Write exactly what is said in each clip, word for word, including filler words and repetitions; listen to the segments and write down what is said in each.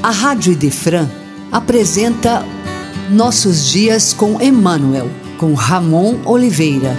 A Rádio Idefran apresenta Nossos Dias com Emmanuel, com Ramon Oliveira.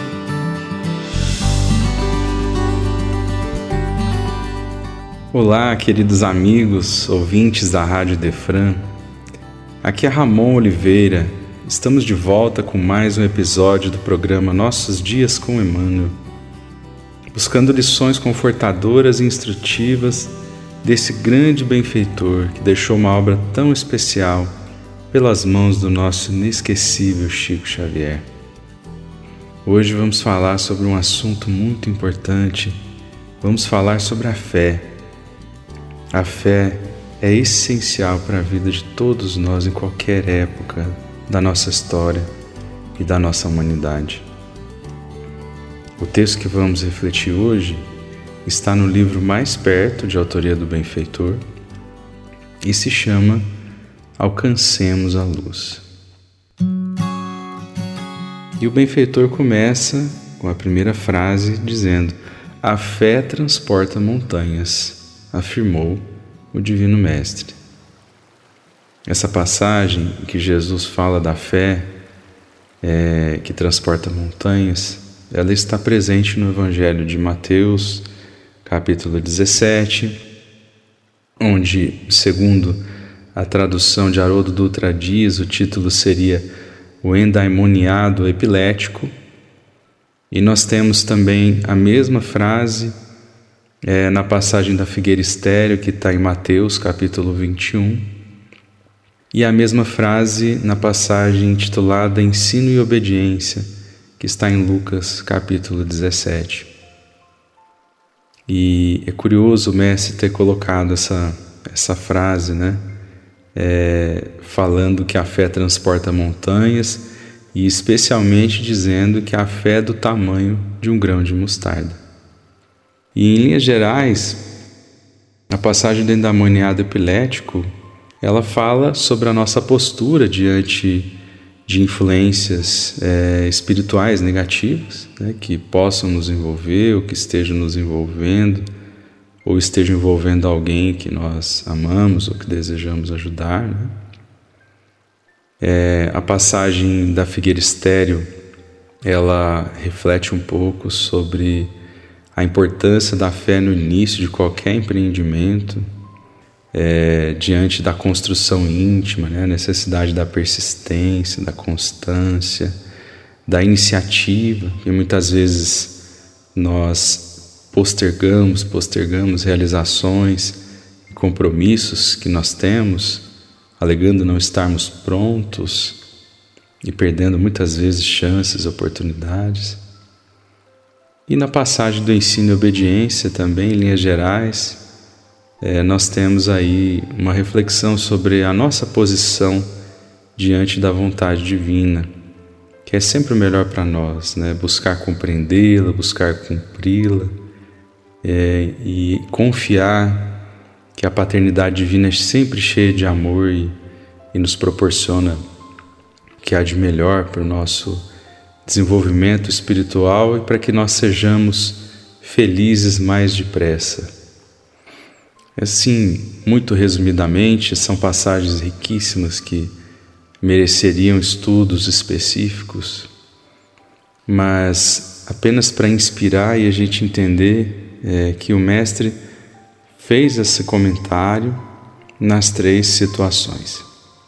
Olá, queridos amigos, ouvintes da Rádio Idefran. Aqui é Ramon Oliveira. Estamos de volta com mais um episódio do programa Nossos Dias com Emmanuel, buscando lições confortadoras e instrutivas desse grande benfeitor que deixou uma obra tão especial pelas mãos do nosso inesquecível Chico Xavier. Hoje vamos falar sobre um assunto muito importante. Vamos falar sobre a fé. A fé é essencial para a vida de todos nós em qualquer época da nossa história e da nossa humanidade. O texto que vamos refletir hoje está no livro Mais Perto, de autoria do benfeitor, e se chama Alcancemos a Luz. E o benfeitor começa com a primeira frase dizendo: a fé transporta montanhas, afirmou o Divino Mestre. Essa passagem em que Jesus fala da fé é, que transporta montanhas, ela está presente no Evangelho de Mateus, capítulo dezessete, onde, segundo a tradução de Haroldo Dutra Dias, o título seria O Endaimoniado Epilético. E nós temos também a mesma frase é, na passagem da figueira estéril, que está em Mateus, capítulo vinte e um, e a mesma frase na passagem intitulada Ensino e Obediência, que está em Lucas, capítulo dezessete. E é curioso o mestre ter colocado essa, essa frase, né? É, falando que a fé transporta montanhas e especialmente dizendo que a fé é do tamanho de um grão de mostarda. E em linhas gerais, a passagem do endemoniado epilético, ela fala sobre a nossa postura diante de influências é, espirituais negativas, né, que possam nos envolver ou que estejam nos envolvendo ou estejam envolvendo alguém que nós amamos ou que desejamos ajudar, né? É, a passagem da figueira estéril, ela reflete um pouco sobre a importância da fé no início de qualquer empreendimento, É, diante da construção íntima, né? A necessidade da persistência, da constância, da iniciativa, que muitas vezes nós postergamos, postergamos realizações e compromissos que nós temos, alegando não estarmos prontos e perdendo muitas vezes chances, oportunidades. E na passagem do ensino e obediência também, em linhas gerais, É, nós temos aí uma reflexão sobre a nossa posição diante da vontade divina, que é sempre o melhor para nós, né? Buscar compreendê-la, buscar cumpri-la, é, e confiar que a paternidade divina é sempre cheia de amor e, e nos proporciona o que há de melhor para o nosso desenvolvimento espiritual e para que nós sejamos felizes mais depressa. Assim, muito resumidamente, são passagens riquíssimas que mereceriam estudos específicos, mas apenas para inspirar e a gente entender é, que o Mestre fez esse comentário nas três situações.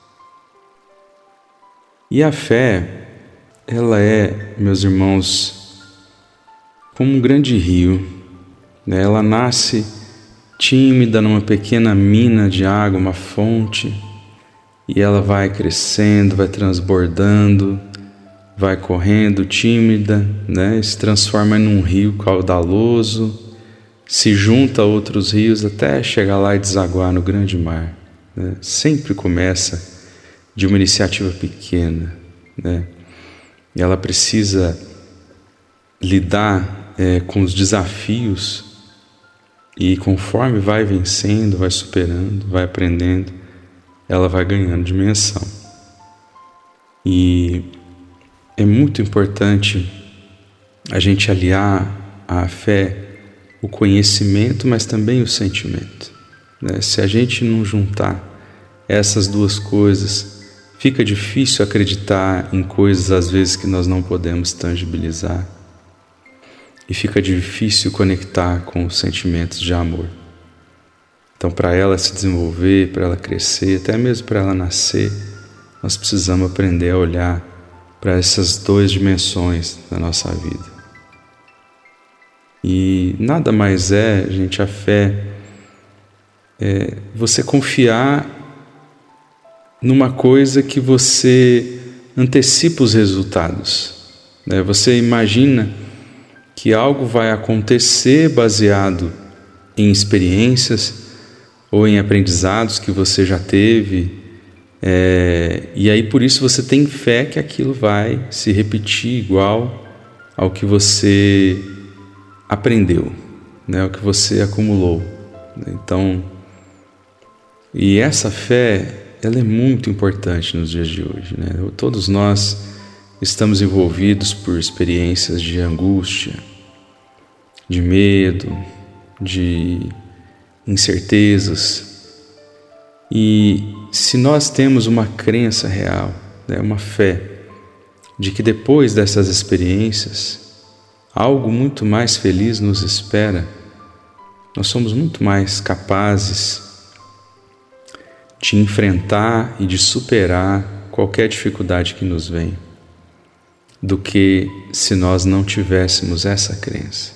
E a fé, ela é, meus irmãos, como um grande rio, né? Ela nasce tímida numa pequena mina de água, uma fonte, e ela vai crescendo, vai transbordando, vai correndo tímida, né? Se transforma num rio caudaloso, se junta a outros rios até chegar lá e desaguar no grande mar, né? Sempre começa de uma iniciativa pequena, né? E ela precisa lidar é, com os desafios. E conforme vai vencendo, vai superando, vai aprendendo, ela vai ganhando dimensão. E é muito importante a gente aliar à fé o conhecimento, mas também o sentimento, né? Se a gente não juntar essas duas coisas, fica difícil acreditar em coisas às vezes que nós não podemos tangibilizar. E fica difícil conectar com os sentimentos de amor. Então, para ela se desenvolver, para ela crescer, até mesmo para ela nascer, nós precisamos aprender a olhar para essas duas dimensões da nossa vida. E nada mais é, gente, a fé, é você confiar numa coisa que você antecipa os resultados. Né? Você imagina que algo vai acontecer baseado em experiências ou em aprendizados que você já teve, é, e aí por isso você tem fé que aquilo vai se repetir igual ao que você aprendeu, né, ao que você acumulou. Então, e essa fé, ela é muito importante nos dias de hoje, né? Todos nós estamos envolvidos por experiências de angústia, de medo, de incertezas. E se nós temos uma crença real, né, uma fé, de que depois dessas experiências, algo muito mais feliz nos espera, nós somos muito mais capazes de enfrentar e de superar qualquer dificuldade que nos vem, do que se nós não tivéssemos essa crença.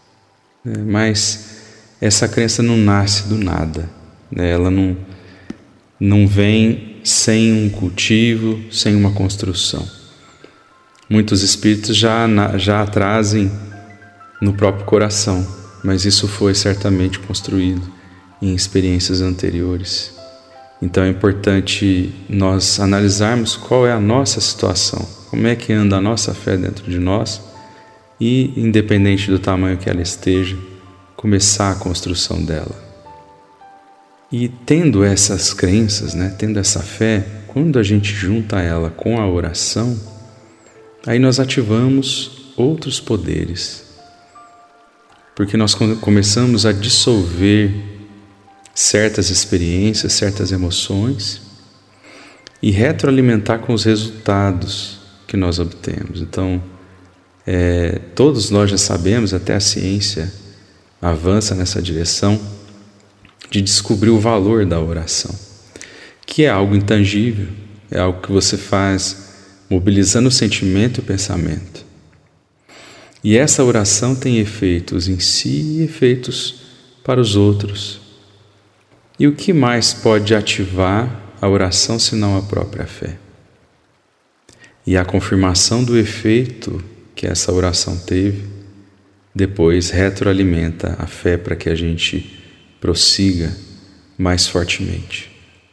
Mas essa crença não nasce do nada, né? Ela não, não vem sem um cultivo, sem uma construção. Muitos espíritos já, já a trazem no próprio coração, mas isso foi certamente construído em experiências anteriores. Então é importante nós analisarmos qual é a nossa situação, como é que anda a nossa fé dentro de nós e, independente do tamanho que ela esteja, começar a construção dela. E tendo essas crenças, né, tendo essa fé, quando a gente junta ela com a oração, aí nós ativamos outros poderes, porque nós começamos a dissolver certas experiências, certas emoções e retroalimentar com os resultados que nós obtemos. Então, é, todos nós já sabemos, até a ciência avança nessa direção de descobrir o valor da oração, que é algo intangível, é algo que você faz mobilizando o sentimento e o pensamento. E essa oração tem efeitos em si e efeitos para os outros. E o que mais pode ativar a oração senão a própria fé? E a confirmação do efeito que essa oração teve depois retroalimenta a fé para que a gente prossiga mais fortemente.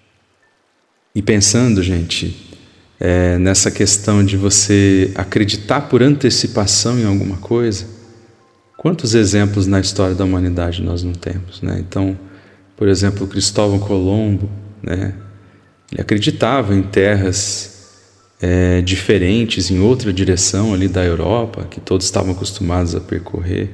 E pensando, gente, é, nessa questão de você acreditar por antecipação em alguma coisa, quantos exemplos na história da humanidade nós não temos, né? Então, por exemplo, Cristóvão Colombo, né? Ele acreditava em terras É, diferentes em outra direção ali da Europa, que todos estavam acostumados a percorrer.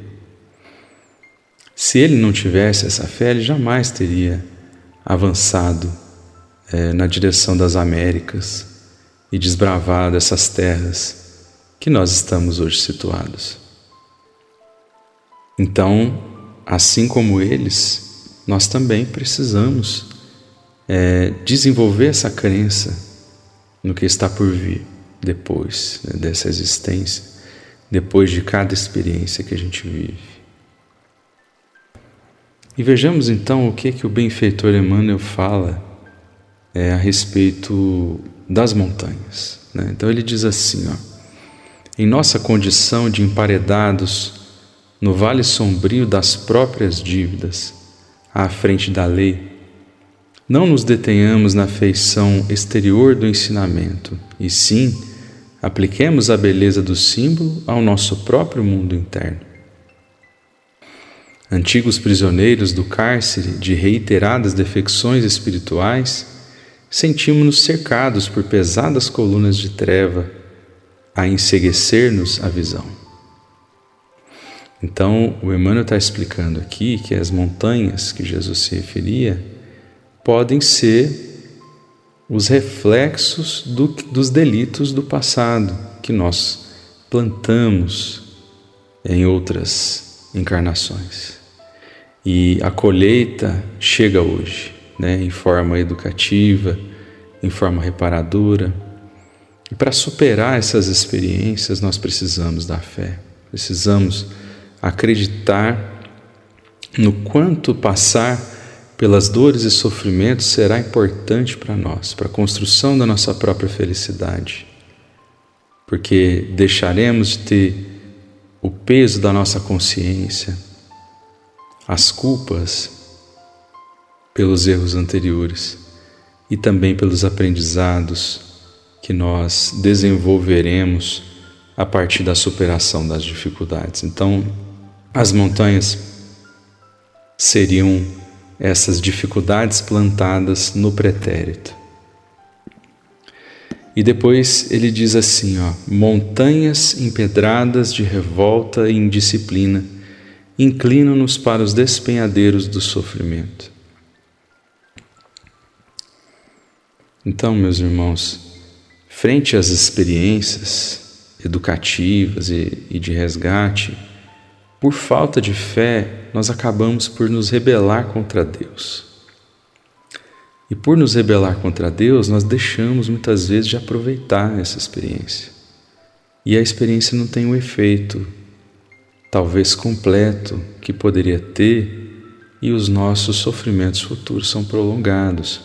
Se ele não tivesse essa fé, ele jamais teria avançado é, na direção das Américas e desbravado essas terras que nós estamos hoje situados. Então, assim como eles, nós também precisamos é, desenvolver essa crença no que está por vir depois, né, dessa existência, depois de cada experiência que a gente vive. E vejamos então o que, que o benfeitor Emmanuel fala é, a respeito das montanhas, né? Então ele diz assim, ó, em nossa condição de emparedados no vale sombrio das próprias dívidas, à frente da lei, não nos detenhamos na feição exterior do ensinamento, e sim, apliquemos a beleza do símbolo ao nosso próprio mundo interno. Antigos prisioneiros do cárcere de reiteradas defecções espirituais, sentimos-nos cercados por pesadas colunas de treva a enceguecer-nos a visão. Então, o Emmanuel está explicando aqui que as montanhas que Jesus se referia podem ser os reflexos do, dos delitos do passado que nós plantamos em outras encarnações. E a colheita chega hoje, né, em forma educativa, em forma reparadora. E para superar essas experiências, nós precisamos da fé. Precisamos acreditar no quanto passar pelas dores e sofrimentos será importante para nós, para a construção da nossa própria felicidade. Porque deixaremos de ter o peso da nossa consciência, as culpas pelos erros anteriores e também pelos aprendizados que nós desenvolveremos a partir da superação das dificuldades. Então, as montanhas seriam essas dificuldades plantadas no pretérito. E depois ele diz assim, ó, montanhas empedradas de revolta e indisciplina inclinam-nos para os despenhadeiros do sofrimento. Então, meus irmãos, frente às experiências educativas e, e de resgate, por falta de fé, nós acabamos por nos rebelar contra Deus. E por nos rebelar contra Deus, nós deixamos muitas vezes de aproveitar essa experiência. E a experiência não tem o efeito, talvez completo, que poderia ter, e os nossos sofrimentos futuros são prolongados.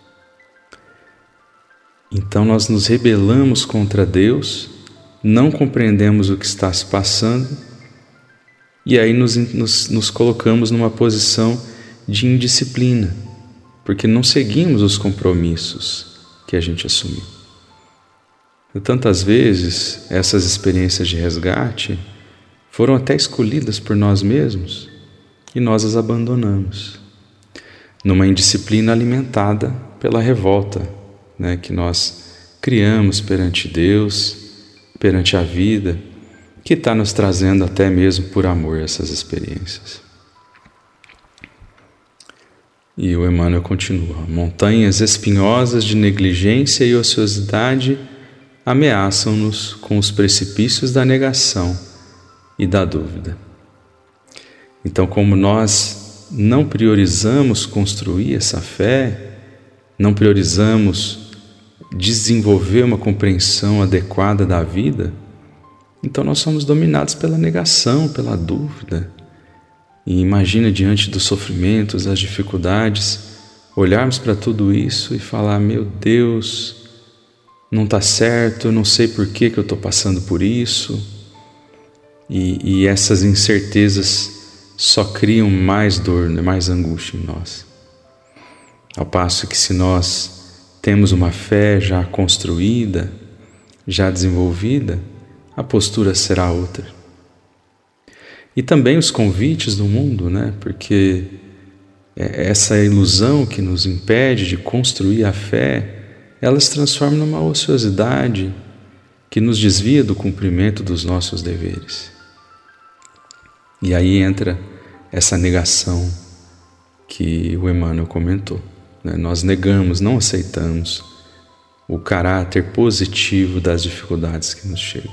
Então nós nos rebelamos contra Deus, não compreendemos o que está se passando, e aí nos, nos, nos colocamos numa posição de indisciplina, porque não seguimos os compromissos que a gente assumiu. E tantas vezes essas experiências de resgate foram até escolhidas por nós mesmos e nós as abandonamos, numa indisciplina alimentada pela revolta, né, que nós criamos perante Deus, perante a vida, que está nos trazendo até mesmo por amor essas experiências. E o Emmanuel continua: montanhas espinhosas de negligência e ociosidade ameaçam-nos com os precipícios da negação e da dúvida. Então, como nós não priorizamos construir essa fé, não priorizamos desenvolver uma compreensão adequada da vida, então nós somos dominados pela negação, pela dúvida. E imagina, diante dos sofrimentos, das dificuldades, olharmos para tudo isso e falar: meu Deus, não está certo, eu não sei por que, que eu estou passando por isso. E, e essas incertezas só criam mais dor, mais angústia em nós. Ao passo que, se nós temos uma fé já construída, já desenvolvida, a postura será outra. E também os convites do mundo, né? Porque essa ilusão que nos impede de construir a fé, ela se transforma numa ociosidade que nos desvia do cumprimento dos nossos deveres. E aí entra essa negação que o Emmanuel comentou. Nós negamos, não aceitamos o caráter positivo das dificuldades que nos chegam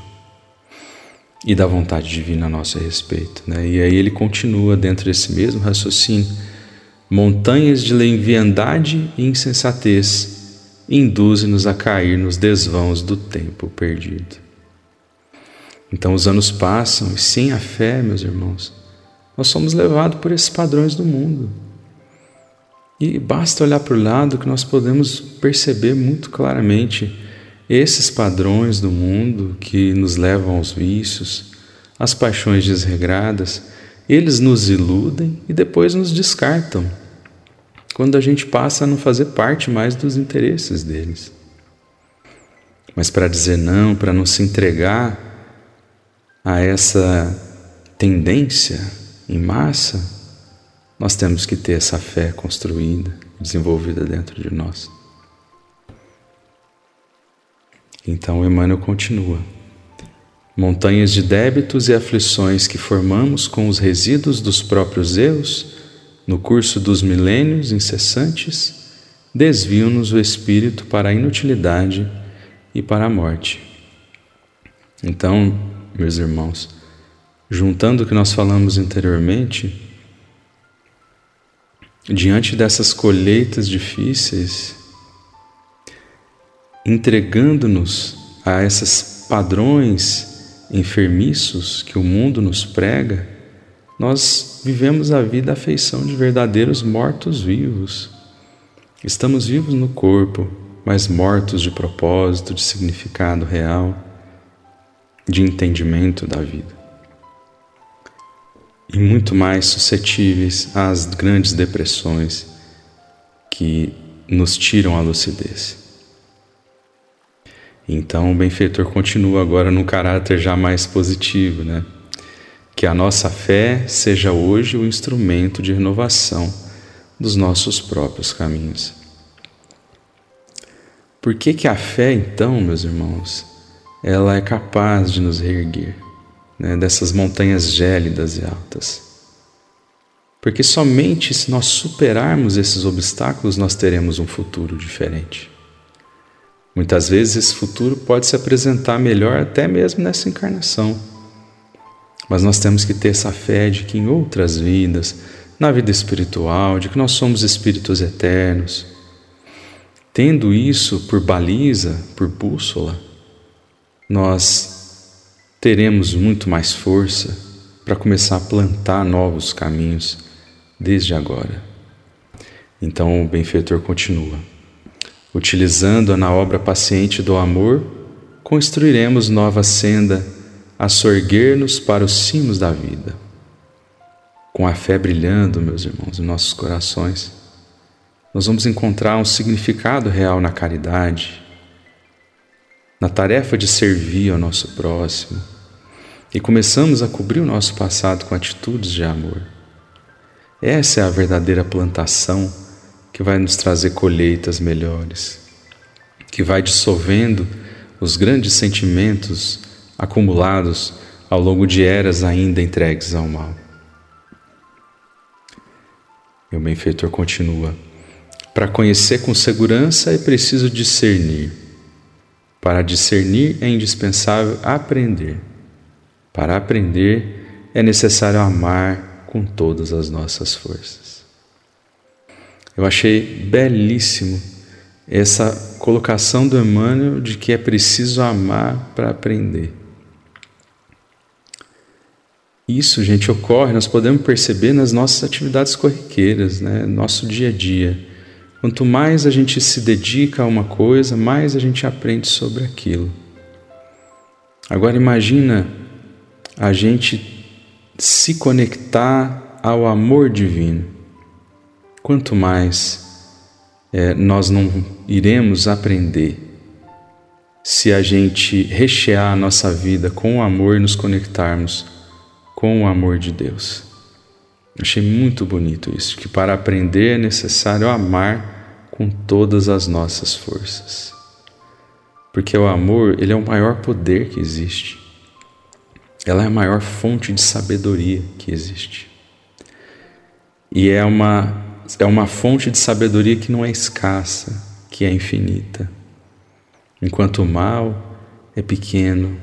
e da vontade divina a nosso respeito, né? E aí ele continua dentro desse mesmo raciocínio: montanhas de leviandade e insensatez induzem-nos a cair nos desvãos do tempo perdido. Então os anos passam e sem a fé, meus irmãos, nós somos levados por esses padrões do mundo. E basta olhar para o lado que nós podemos perceber muito claramente esses padrões do mundo que nos levam aos vícios, às paixões desregradas. Eles nos iludem e depois nos descartam, quando a gente passa a não fazer parte mais dos interesses deles. Mas para dizer não, para não se entregar a essa tendência em massa, nós temos que ter essa fé construída, desenvolvida dentro de nós. Então o Emmanuel continua: montanhas de débitos e aflições que formamos com os resíduos dos próprios erros no curso dos milênios incessantes desviam-nos o espírito para a inutilidade e para a morte. Então, meus irmãos, juntando o que nós falamos anteriormente, diante dessas colheitas difíceis, entregando-nos a esses padrões enfermiços que o mundo nos prega, nós vivemos a vida à feição de verdadeiros mortos-vivos. Estamos vivos no corpo, mas mortos de propósito, de significado real, de entendimento da vida. E muito mais suscetíveis às grandes depressões que nos tiram a lucidez. Então o benfeitor continua agora num caráter já mais positivo, né? Que a nossa fé seja hoje o instrumento de renovação dos nossos próprios caminhos. Por que que a fé, então, meus irmãos, ela é capaz de nos reerguer, né, dessas montanhas gélidas e altas? Porque somente se nós superarmos esses obstáculos, nós teremos um futuro diferente. Muitas vezes esse futuro pode se apresentar melhor até mesmo nessa encarnação. Mas nós temos que ter essa fé de que em outras vidas, na vida espiritual, de que nós somos espíritos eternos. Tendo isso por baliza, por bússola, nós teremos muito mais força para começar a plantar novos caminhos desde agora. Então o benfeitor continua. Utilizando-a na obra paciente do amor, construiremos nova senda a sorguer-nos para os cimos da vida. Com a fé brilhando, meus irmãos, em nossos corações, nós vamos encontrar um significado real na caridade, na tarefa de servir ao nosso próximo, e começamos a cobrir o nosso passado com atitudes de amor. Essa é a verdadeira plantação que vai nos trazer colheitas melhores, que vai dissolvendo os grandes sentimentos acumulados ao longo de eras ainda entregues ao mal. E o benfeitor continua. Para conhecer com segurança é preciso discernir. Para discernir é indispensável aprender. Para aprender é necessário amar com todas as nossas forças. Eu achei belíssimo essa colocação do Emmanuel de que é preciso amar para aprender. Isso, gente, ocorre, nós podemos perceber nas nossas atividades corriqueiras, né? Nosso dia a dia. Quanto mais a gente se dedica a uma coisa, mais a gente aprende sobre aquilo. Agora imagina a gente se conectar ao amor divino. Quanto mais é, nós não iremos aprender se a gente rechear a nossa vida com o amor e nos conectarmos com o amor de Deus. Achei muito bonito isso, que para aprender é necessário amar com todas as nossas forças. Porque o amor, ele é o maior poder que existe. Ela é a maior fonte de sabedoria que existe. E é uma, é uma fonte de sabedoria que não é escassa, que é infinita. Enquanto o mal é pequeno,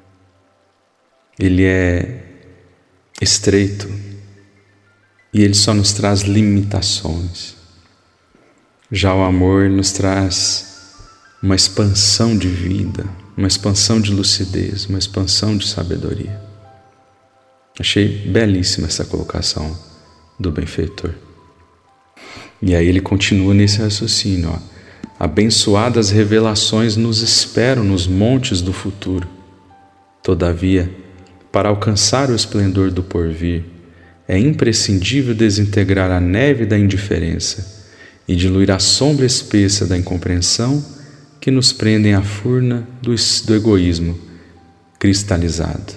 ele é estreito e ele só nos traz limitações. Já o amor nos traz uma expansão de vida, uma expansão de lucidez, uma expansão de sabedoria. Achei belíssima essa colocação do benfeitor. E aí ele continua nesse raciocínio, ó. Abençoadas revelações nos esperam nos montes do futuro. Todavia, para alcançar o esplendor do porvir, é imprescindível desintegrar a neve da indiferença e diluir a sombra espessa da incompreensão que nos prendem à furna do, do egoísmo cristalizado.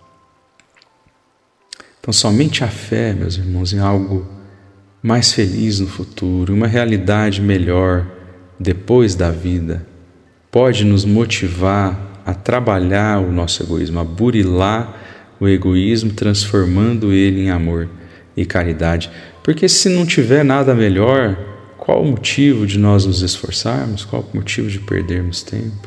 Então, somente a fé, meus irmãos, em algo mais feliz no futuro, uma realidade melhor depois da vida, pode nos motivar a trabalhar o nosso egoísmo, a burilar o egoísmo, transformando ele em amor e caridade. Porque se não tiver nada melhor, Qual o motivo de nós nos esforçarmos? Qual o motivo de perdermos tempo?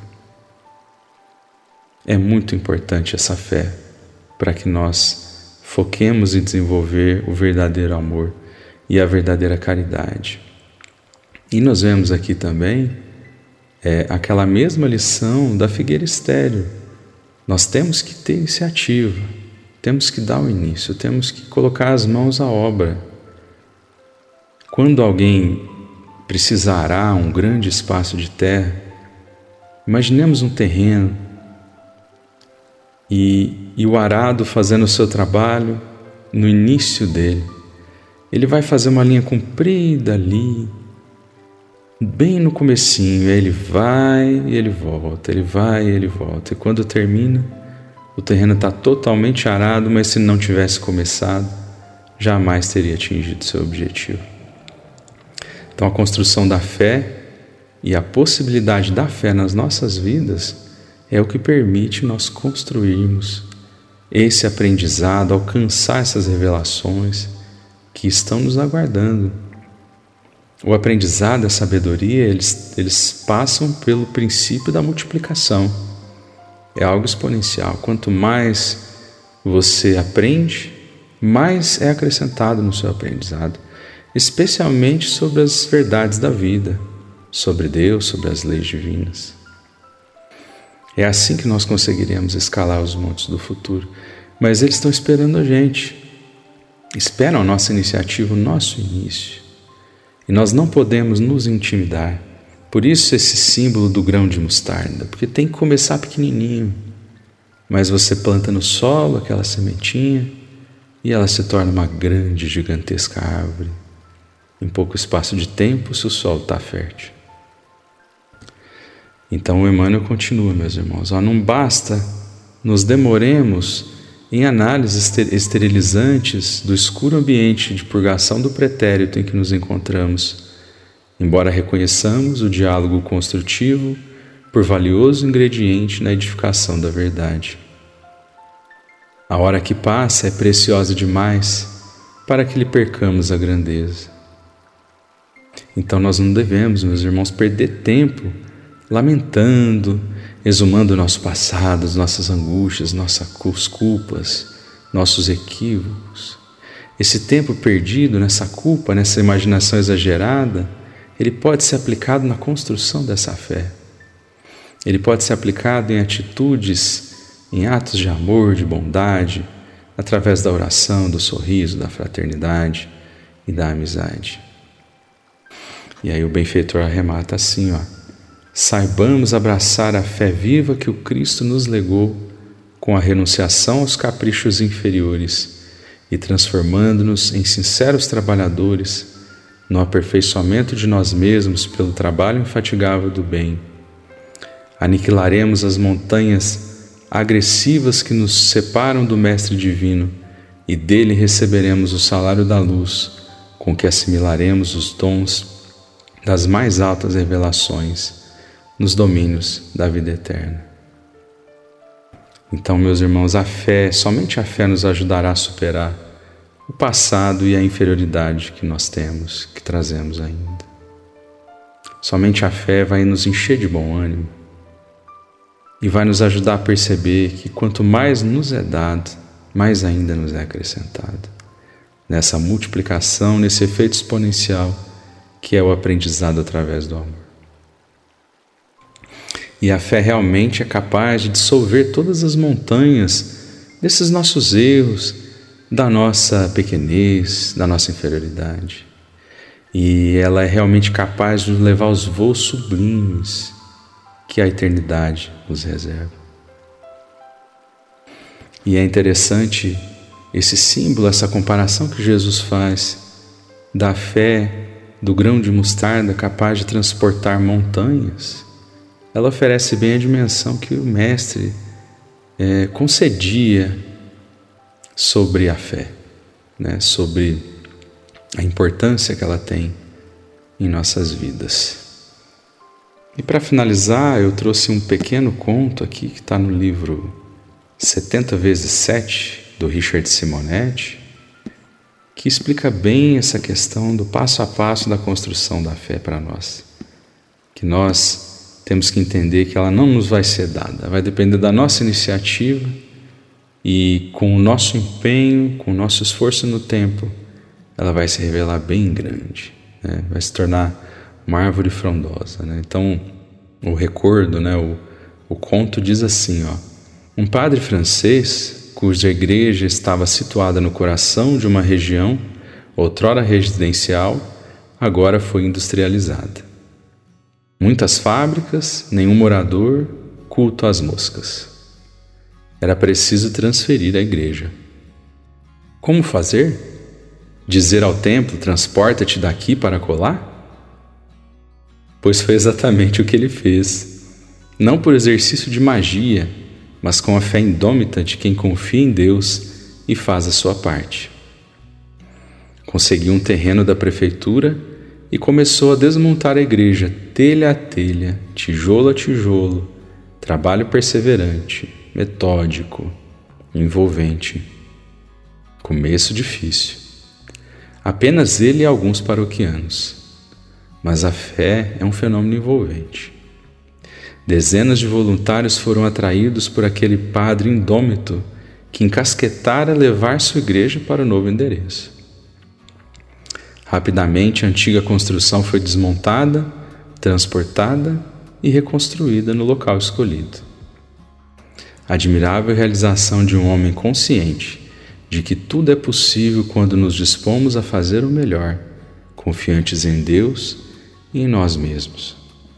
É muito importante essa fé para que nós foquemos em desenvolver o verdadeiro amor e a verdadeira caridade. E nós vemos aqui também é, aquela mesma lição da figueira estéril. Nós temos que ter iniciativa, temos que dar o início, temos que colocar as mãos à obra. Quando alguém precisará um grande espaço de terra, imaginemos um terreno e, e o arado fazendo o seu trabalho no início dele. Ele vai fazer uma linha comprida ali, bem no comecinho, aí ele vai e ele volta, ele vai e ele volta. E quando termina, o terreno está totalmente arado, mas se não tivesse começado, jamais teria atingido seu objetivo. Então a construção da fé e a possibilidade da fé nas nossas vidas é o que permite nós construirmos esse aprendizado, alcançar essas revelações que estão nos aguardando. O aprendizado, a sabedoria, eles, eles passam pelo princípio da multiplicação. É algo exponencial. Quanto mais você aprende, mais é acrescentado no seu aprendizado, especialmente sobre as verdades da vida, sobre Deus, sobre as leis divinas. É assim que nós conseguiremos escalar os montes do futuro. Mas eles estão esperando a gente. Esperam a nossa iniciativa, o nosso início. E nós não podemos nos intimidar. Por isso esse símbolo do grão de mostarda, porque tem que começar pequenininho. Mas você planta no solo aquela sementinha e ela se torna uma grande, gigantesca árvore. Em pouco espaço de tempo, se o solo está fértil. Então o Emmanuel continua, meus irmãos. Ó, não basta nos demoremos em análises esterilizantes do escuro ambiente de purgação do pretérito em que nos encontramos, embora reconheçamos o diálogo construtivo por valioso ingrediente na edificação da verdade. A hora que passa é preciosa demais para que lhe percamos a grandeza. Então nós não devemos, meus irmãos, perder tempo lamentando, exumando o nosso passado, as nossas angústias, nossas culpas, nossos equívocos. Esse tempo perdido nessa culpa, nessa imaginação exagerada, ele pode ser aplicado na construção dessa fé. Ele pode ser aplicado em atitudes, em atos de amor, de bondade, através da oração, do sorriso, da fraternidade e da amizade. E aí o benfeitor arremata assim, ó: saibamos abraçar a fé viva que o Cristo nos legou com a renunciação aos caprichos inferiores e transformando-nos em sinceros trabalhadores no aperfeiçoamento de nós mesmos pelo trabalho infatigável do bem. Aniquilaremos as montanhas agressivas que nos separam do Mestre Divino e dele receberemos o salário da luz com que assimilaremos os dons das mais altas revelações nos domínios da vida eterna. Então, meus irmãos, a fé, somente a fé nos ajudará a superar o passado e a inferioridade que nós temos, que trazemos ainda. Somente a fé vai nos encher de bom ânimo e vai nos ajudar a perceber que quanto mais nos é dado, mais ainda nos é acrescentado. Nessa multiplicação, nesse efeito exponencial que é o aprendizado através do amor. E a fé realmente é capaz de dissolver todas as montanhas desses nossos erros, da nossa pequenez, da nossa inferioridade. E ela é realmente capaz de nos levar aos voos sublimes que a eternidade nos reserva. E é interessante esse símbolo, essa comparação que Jesus faz da fé do grão de mostarda capaz de transportar montanhas. Ela oferece bem a dimensão que o Mestre é, concedia sobre a fé, né? Sobre a importância que ela tem em nossas vidas. E para finalizar, eu trouxe um pequeno conto aqui que está no livro setenta vezes sete, do Richard Simonetti, que explica bem essa questão do passo a passo da construção da fé para nós. Que nós temos que entender que ela não nos vai ser dada, vai depender da nossa iniciativa e com o nosso empenho, com o nosso esforço no tempo, ela vai se revelar bem grande, né? Vai se tornar uma árvore frondosa, né? Então, o recordo, né? o, o conto diz assim, ó, um padre francês, cuja igreja estava situada no coração de uma região, outrora residencial, agora foi industrializada. Muitas fábricas, nenhum morador, culto às moscas. Era preciso transferir a igreja. Como fazer? Dizer ao templo, transporta-te daqui para colar? Pois foi exatamente o que ele fez. Não por exercício de magia, mas com a fé indômita de quem confia em Deus e faz a sua parte. Conseguiu um terreno da prefeitura e começou a desmontar a igreja, telha a telha, tijolo a tijolo, trabalho perseverante, metódico, envolvente. Começo difícil. Apenas ele e alguns paroquianos. Mas a fé é um fenômeno envolvente. Dezenas de voluntários foram atraídos por aquele padre indômito que encasquetara levar sua igreja para o novo endereço. Rapidamente a antiga construção foi desmontada, transportada e reconstruída no local escolhido. Admirável realização de um homem consciente de que tudo é possível quando nos dispomos a fazer o melhor, confiantes em Deus e em nós mesmos.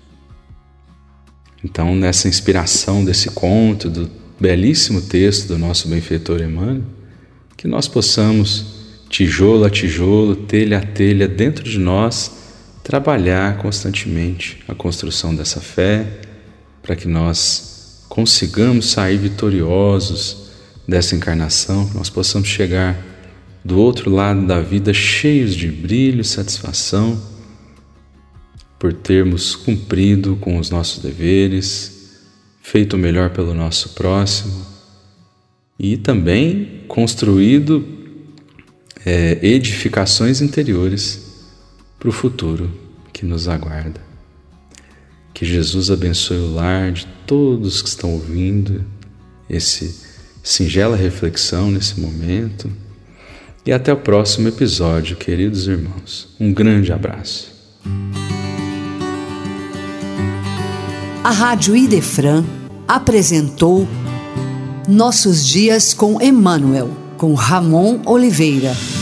Então, nessa inspiração desse conto, do belíssimo texto do nosso benfeitor Emmanuel, que nós possamos, tijolo a tijolo, telha a telha, dentro de nós, trabalhar constantemente a construção dessa fé, para que nós consigamos sair vitoriosos dessa encarnação, que nós possamos chegar do outro lado da vida cheios de brilho e satisfação, por termos cumprido com os nossos deveres, feito o melhor pelo nosso próximo e também construído é, edificações interiores para o futuro que nos aguarda. Que Jesus abençoe o lar de todos que estão ouvindo esse singela reflexão nesse momento. E até o próximo episódio, queridos irmãos. Um grande abraço. A Rádio Idefran apresentou Nossos Dias com Emmanuel, com Ramon Oliveira.